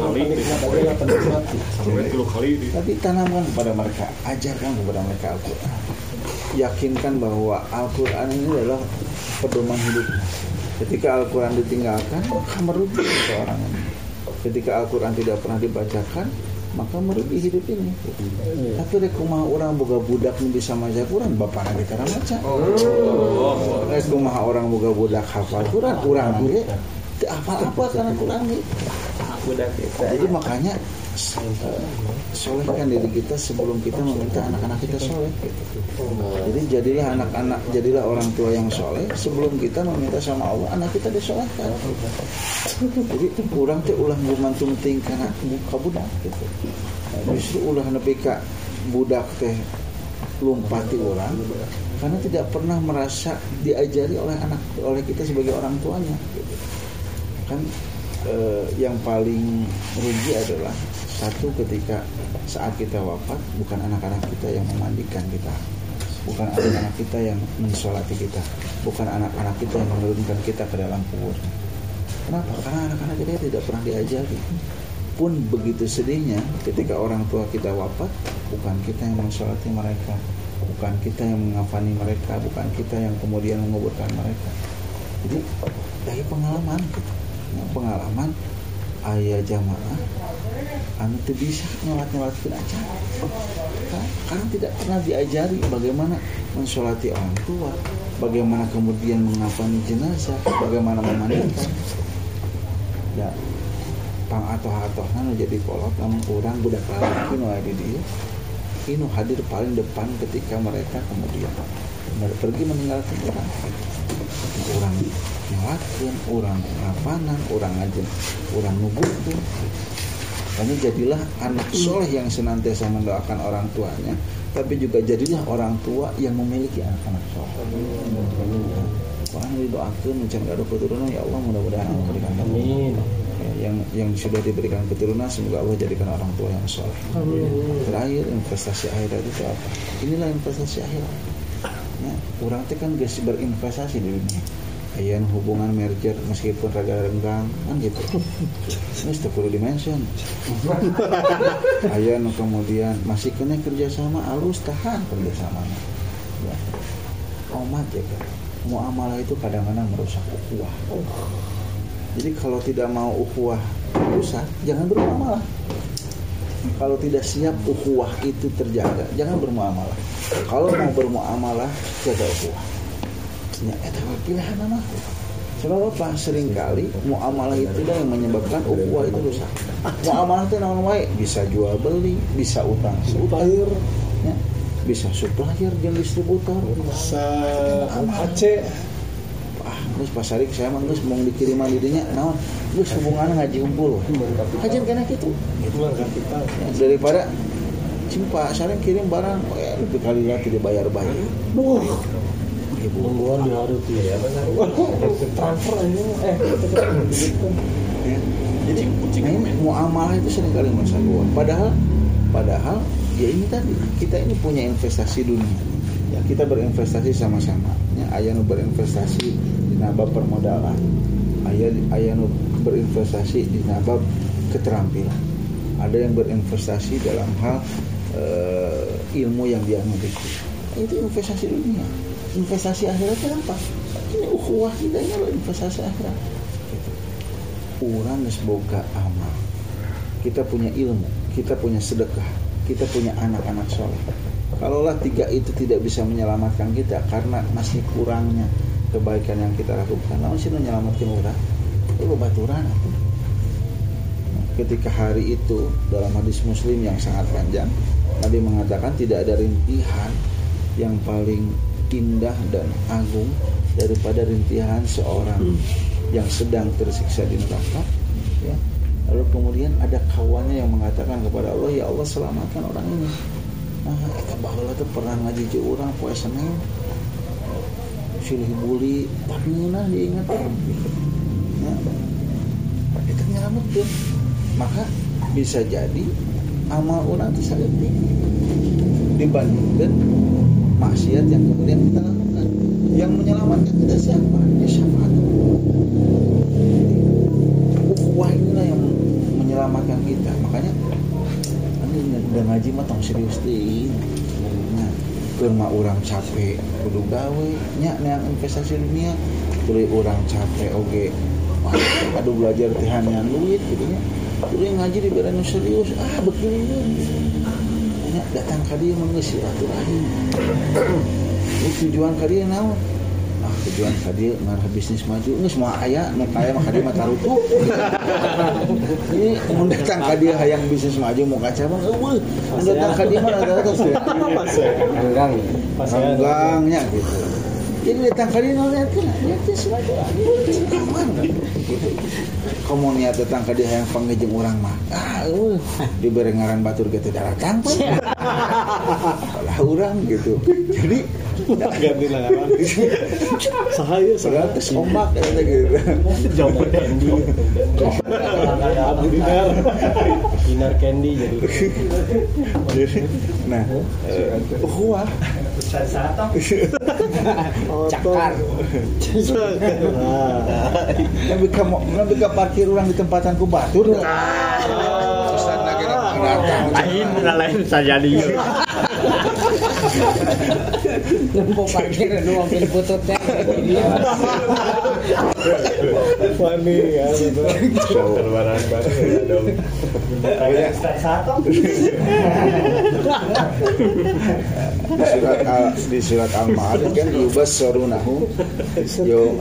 tapi tanamkan kepada mereka, ajarkan kepada mereka Al-Quran. Yakinkan bahwa Al-Quran ini adalah pedoman hidup. Ketika Al-Quran ditinggalkan, maka merugi seorang ini. Ketika Al-Quran tidak pernah dibacakan, maka merugi hidup ini. Hmm. Tapi rekumaha orang boga budak yang bisa maca Quran, bapak lagi cara maca. Oh. Rekumaha orang boga budak hafal Quran, orang lagi apa-apa karena Quran gitu. Jadi makanya solehkan diri kita sebelum kita meminta anak-anak kita soleh. Jadi jadilah anak-anak, jadilah orang tua yang soleh sebelum kita meminta sama Allah anak kita disolehkan. Jadi orang teh ulah gumantung ting kana buka budak gitu. Justru ulah nepi ka budak teh lumpati orang karena tidak pernah merasa diajari oleh anak oleh kita sebagai orang tuanya gitu. Kan eh, yang paling rugi adalah satu ketika saat kita wafat bukan anak-anak kita yang memandikan kita, bukan anak-anak kita yang mensolati kita, bukan anak-anak kita yang menurunkan kita ke dalam kubur. Kenapa? Karena anak-anak kita tidak pernah diajari. Pun begitu sedihnya ketika orang tua kita wafat, bukan kita yang mensolati mereka, bukan kita yang mengafani mereka, bukan kita yang kemudian menguburkan mereka. Jadi dari pengalaman gitu, ya, pengalaman ayah jamaah anu teu bisa nyolat-nyolatkeun acara. Karena tidak pernah diajari bagaimana mensolati orang tua, bagaimana kemudian mengafani jenazah, bagaimana memandikan. Ya, pang atoh-atohna nu jadi kolot lamun urang budak lalaki nu aya di dieu. Inu hadir paling depan ketika mereka kemudian pergi meninggalkan orang. Orang nyolatkeun, orang ngapanan, orang ngajen, orang nubuhkeun. Kamu jadilah anak soleh yang senantiasa mendoakan orang tuanya, tapi juga jadilah orang tua yang memiliki anak-anak soleh. Orang didoakan mencari kado keturunan, ya Allah mudah-mudahan Allah berikan. Amin. Yang yang sudah diberikan keturunan semoga Allah jadikan orang tua yang soleh. Amin. Terakhir investasi akhirat itu apa? Inilah investasi akhirat. Ya, orang teh kan geus berinvestasi di dunia. Ayan hubungan merger meskipun raga renggang kan gitu. Ini sudah perlu dimention. Ayan kemudian masih kena kerjasama alus tahan kerjasamanya. Ya. Omat ya kan. Muamalah itu kadang-kadang merusak ukhuwah. Jadi kalau tidak mau ukhuwah rusak, jangan bermuamalah. Kalau tidak siap ukhuwah itu terjaga, jangan bermuamalah. Kalau mau bermuamalah, jaga ukhuwah. Ya, itu pilihan nama. Sebab apa? Seringkali muamalah itu yang menyebabkan ukhuwah itu rusak. Muamalah itu naon wae, bisa jual beli, bisa utang supplier, ya. Bisa supplier jeung distributor, bisa A C. Ah, geus pasarik saya mah geus mau dikiriman di dinya naon? Geus hubunganna ngaji humpul. Hajar kana kitu. Itu mah kapital. Ya, daripada cimpa sareng kirim barang, eh, lebih kali lagi dibayar-bayar. Duh. Mingguan di hari itu ya benar. Transfer ini eh ya. Jadi nah, muamalah itu seringkali masalah. Padahal padahal ya ini tadi kita ini punya investasi dunia. Ya kita berinvestasi sama-sama. Ya aya nu berinvestasi di nabab permodalan. Aya aya nu berinvestasi di nabab keterampilan. Ada yang berinvestasi dalam hal uh, ilmu yang dia miliki. Itu investasi dunia. Investasi akhiratnya apa? Ini ukhuwah kita ini adalah investasi akhirat. Gitu. Urang geus boga amal. Kita punya ilmu, kita punya sedekah, kita punya anak-anak soleh. Kalaulah tiga itu tidak bisa menyelamatkan kita karena masih kurangnya kebaikan yang kita lakukan, namun sih menyelamatkan orang. Itu baturan. Ketika hari itu dalam hadis Muslim yang sangat panjang, Nabi mengatakan tidak ada rintihan yang paling indah dan agung daripada rintihan seorang hmm. yang sedang tersiksa di neraka, ya. Lalu kemudian ada kawannya yang mengatakan kepada Allah, ya Allah selamatkan orang ini. Nah, eta baheula teh pernah ngaji jeung urang poe Senin. Silih buli tapi ngeunah diingatkan. Ya. Itu nyelametkeun. Maka bisa jadi amal urang teh saeutik dibandingkan maksiat yang kemudian kita lakukan. Yang menyelamatkan kita siapa? Ya syafaat. Ukhuwah inilah yang menyelamatkan kita. Makanya ini udah ngaji mah tong serius deui. Nah, keur mah urang capek kudu gawe nya neang investasi dunia, kudu urang capek oge. Aduh belajar teh hanean duit gitu nya. Kudu ngaji di barang serius. Ah begini. Datang ka dieu mah geus silaturahim. Tujuan ka dieu naon? Ah, tujuan ka dieu ngarah bisnis maju. Geus moal aya nu kaya mah ka dieu mah tarutuk. Ini mun datang ka dieu hayang bisnis maju mau kaca mah eueuh. Mun datang ka dieu mah rada-rada enggang. Enggangnya gitu. Jadi datang ka dieu naon ya teh? Ya teh silaturahim. Aman gitu. kamu niat datang ke dia yang pangejeng orang mah ah uh, diberi ngaran batur gitu datang pun malah orang gitu jadi ganti langaran sahaya padahal tes ombak kata gitu jauh candy abu dinar dinar candy jadi nah wah Cakar. Nabi kamu nabi ka parkir orang di tempatan ku batur. Ustaz lagi datang. Lain lain saja dia. Lempo parkir nu mobil bututnya. funny ya itu Keluaran baru dong. Surat al, di surat Al-Ma'arij kan yubassarunahu yaum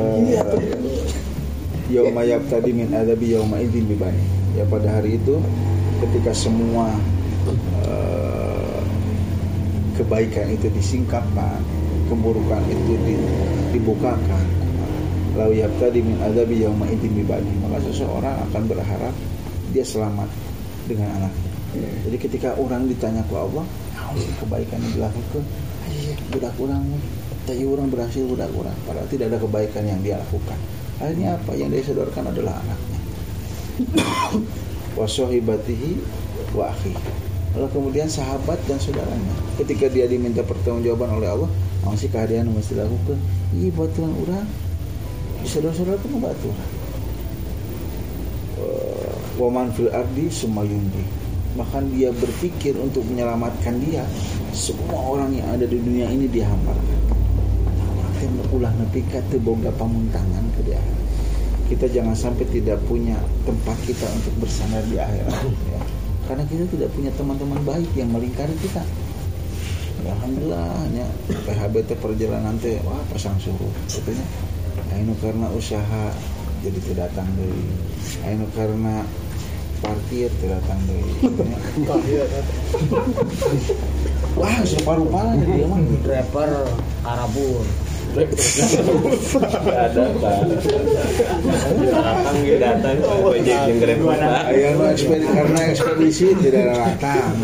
yauma yabtadi min adabi yauma idzin bibani. Ya pada hari itu ketika semua uh, kebaikan itu disingkapkan, keburukan itu di, dibukakan. Lau yabtadi min adabi yauma idzin bibani. Maka seseorang akan berharap dia selamat dengan anaknya. Jadi ketika orang ditanya ke Allah, kebaikan yang dilakukan, budak orang, tapi orang berhasil budak orang, padahal tidak ada kebaikan yang dia lakukan. Akhirnya apa yang dia sodorkan adalah anaknya. Wa sahibatihi wa akhi. Lalu kemudian sahabat dan saudaranya. Ketika dia diminta pertanggungjawaban oleh Allah, masih kehadiran mesti dilakukan. Iya baturan orang, saudara-saudara pun baturan. Wa man fil ardi sumayundi. Bahkan dia berpikir untuk menyelamatkan dia. Semua orang yang ada di dunia ini dia hamparkan. Makin ulah nepika teu boga pamuntangan ke dia. Kita jangan sampai tidak punya tempat kita untuk bersandar di akhirat ya. Karena kita tidak punya teman-teman baik yang melingkari kita. Ya, alhamdulillah nya P H B teh perjalanan teh wah pasang surut katanya. Anu karena usaha jadi tidak datang deui. Anu karena parkir datang deui. Wah, separuh-paruh dia mah Driver Arabur. Ada Pak. Datang gitu datang jadi grab mana. Aya nu ekspedisi karena ekspedisi tidak datang.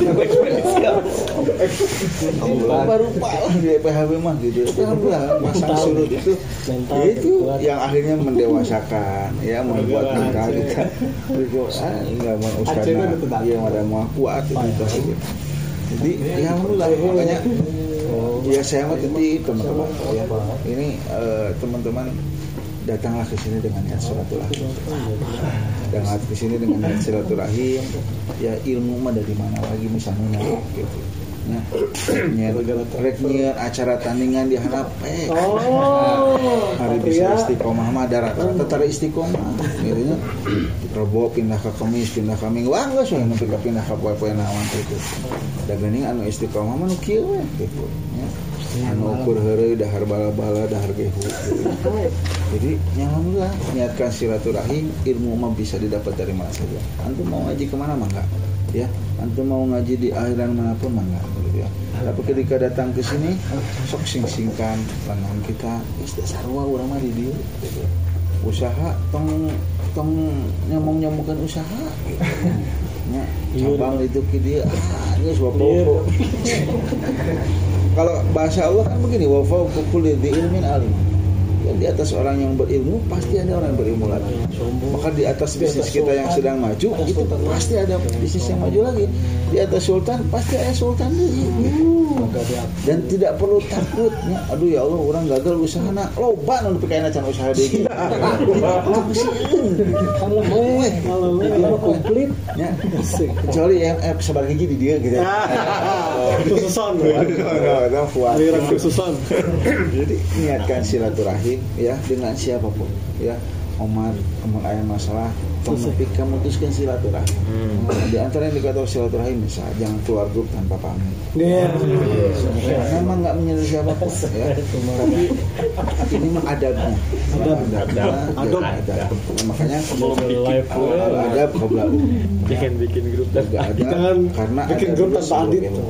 Baru-baru di P H B mah gitu. Alhamdulillah masang surut itu itu yang akhirnya mendewasakan ya membuat mental kita. Ah enggak mau ustazna dia ada mau kuat gitu. Jadi ya alhamdulillah makanya ya saya mau titip teman-teman ya. Ini uh, teman-teman datanglah ke sini dengan niat silaturahim. Datanglah ke sini dengan niat silaturahim. Ya ilmu mah dari mana lagi misalnya gitu. Nah, rek nyian acara tandingan di handap eh. Oh. Hari bisa istiqomah mah ada rata-rata tara istiqomah gitu nya. Rebo pindah ke Kamis, pindah ke Minggu, wah geus we nepi ka pindah ka poe-poe naon gitu. Da geuning anu istiqomah mah nu kieu we gitu nya. Anu ukur heureuy dahar bala-bala dahar gehu gitu. Jadi alhamdulillah niatkan silaturahim, ilmu mah bisa didapat dari mana saja. Antum mau ngaji kemana mah enggak? Ya, antum mau ngaji di akhiran manapun mah enggak gitu ya. Tapi ketika datang ke sini sok sing-singkan lengan kita geus sarua urang mah di dieu gitu. Usaha tong tong nyamong-nyamukan usaha gitu. Nya cabang itu ke dia ah geus wapo. Kalau bahasa Allah kan begini wa fawqa kulli dzi ilmin alim. Ya, di atas orang yang berilmu pasti ada orang yang berilmu lagi. Maka di atas bisnis kita yang sedang maju itu pasti ada bisnis yang maju lagi. Di atas sultan pasti ada sultan lagi. Dan tidak perlu takutnya. Aduh ya Allah orang gagal usaha nak loba nu pikeun can usaha deui. Kalau mau kalau komplit ya. Kecuali yang eh sabar gigi di dia gitu. Khususan. Enggak puas. Khususan. Jadi niatkan silaturahim ya dengan siapapun ya. Omar omong aya masalah pemepika memutuskan silaturahim. Hmm. Nah, di antara yang dikatakan silaturahim bisa jangan keluar grup tanpa pamit. Iya. Yeah. Memang enggak menyelesaikan siapapun ya. Tapi ini mah adabnya. Adab. Adab. Adab. Makanya live adab qabla bikin bikin grup dan enggak ada karena bikin grup tanpa adit ya.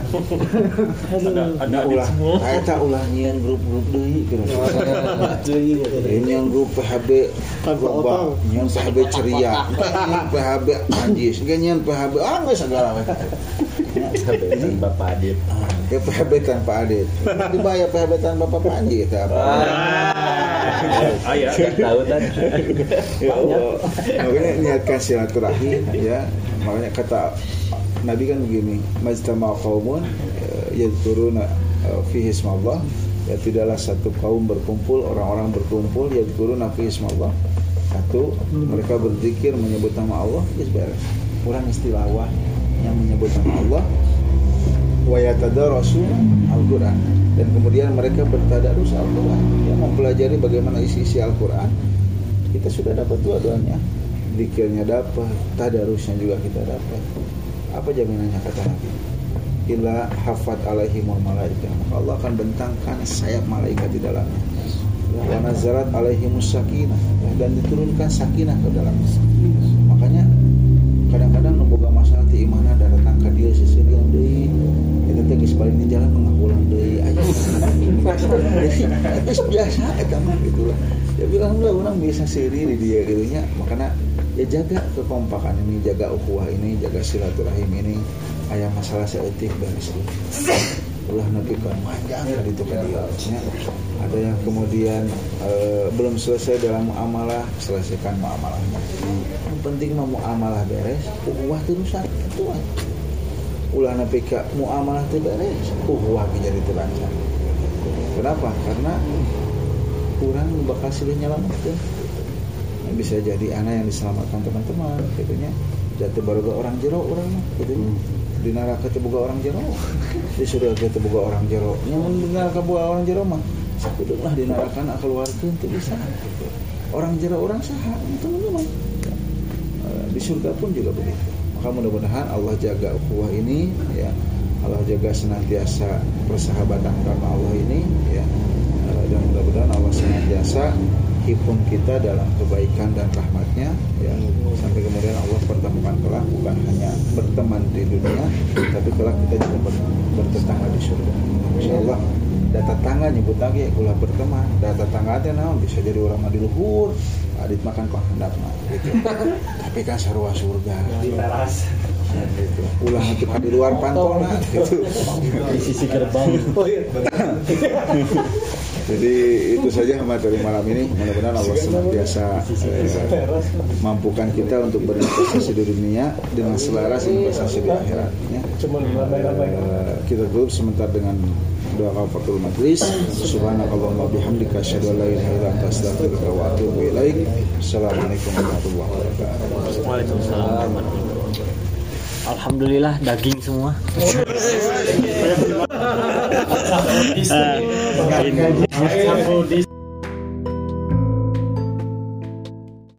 Ada ulah eta ulah nyian grup-grup deui gitu. Ini yang grup P H B Tanpa otong. nyen P H B ceria, nyen P H B anjis, nyen P H B ah geus segala we. Ini Bapak Adit. Ke P H B tanpa adit. Dibayar P H B tanpa Bapak Anji itu apa? Oh iya, tahu tadi. Oh, makanya niatkan silaturahim ya. Makanya kata Nabi kan begini, majtama qaumun yadhkuruna fihi ismallah. Ya tidaklah satu kaum berkumpul, orang-orang berkumpul yadhkuruna fihi ismallah. Satu, mereka berzikir menyebut nama Allah, ya beres. Kurang istilawah yang menyebut nama Allah. Wa yatadarrasu Al-Qur'an, dan kemudian mereka bertadarus Al-Qur'an, yang mempelajari bagaimana isi-isi Al-Qur'an. Kita sudah dapat dua-duanya. Zikirnya dapat, tadarusnya juga kita dapat. Apa jaminannya kata Nabi? Illa hafat alaihimul malaikah, maka Allah akan bentangkan sayap malaikat di dalamnya. Wa nazarat alaihimus sakinah, dan diturunkan sakinah ke dalamnya. Makanya kadang-kadang memboga masalah ti imana datang ka dieu seseureun deui, eta teh geus balik di jalan mengapulang deui aya. Geus biasa eta mah gitulah. Ya bilang lah orang biasa seri di dia gitu nya, makanya ya jaga kekompakan ini, jaga ukhuwah ini, jaga silaturahim ini. Aya masalah saeutik beres. Ulah nepi ka panjang ka ditu ka dieu nya. Ada yang kemudian e, belum selesai dalam muamalah, selesaikan muamalahnya. Yang penting mah muamalah beres, ukhuwah teu rusak itu aja. Ulah nepi ka muamalah teu beres, ukhuwah jadi teu lancar. Kenapa? Karena kurang bakal silih nyelametkeun. Nah, bisa jadi anak yang diselamatkan teman-teman, gitunya. Jatuh baru orang jero urang mah, gitunya. Di neraka teu boga orang jero, di surga teu boga orang jero. Yang di neraka boga orang jero mah sakudeulah di neraka na keluarkeun teu bisa. Gitu. Orang jero orang saha itu mah. Di surga pun juga begitu. Maka mudah-mudahan Allah jaga ukhuwah ini ya. Allah jaga senantiasa persahabatan karena Allah ini ya. Dan mudah-mudahan Allah senantiasa himpun kita dalam kebaikan dan rahmatnya ya, sampai kemudian Allah pertemukan kelak, bukan hanya berteman di dunia tapi kelak kita juga ber- bertetangga di surga. Insyaallah data tangga nyebut lagi ulah berteman, data tangga teh naon bisa jadi urang mah di luhur adit makan kok hendak mah gitu. Tapi kan sarua surga Di teras. ya, gitu. Ulah untuk di luar pantona gitu. Di sisi gerbang. Oh iya. Jadi itu saja materi malam ini. Mudah-mudahan Allah senantiasa eh, mampukan kita untuk berinvestasi di dunia dengan selaras investasi di akhirat. Ya. Eh, kita tutup sebentar dengan doa kafaratul majlis. Subhanakallahumma bihamdika asyhadu an la ilaha illa anta astaghfiruka wa atubu ilaik. Assalamualaikum warahmatullahi wabarakatuh. Waalaikumsalam warahmatullahi wabarakatuh. Alhamdulillah daging semua. Ini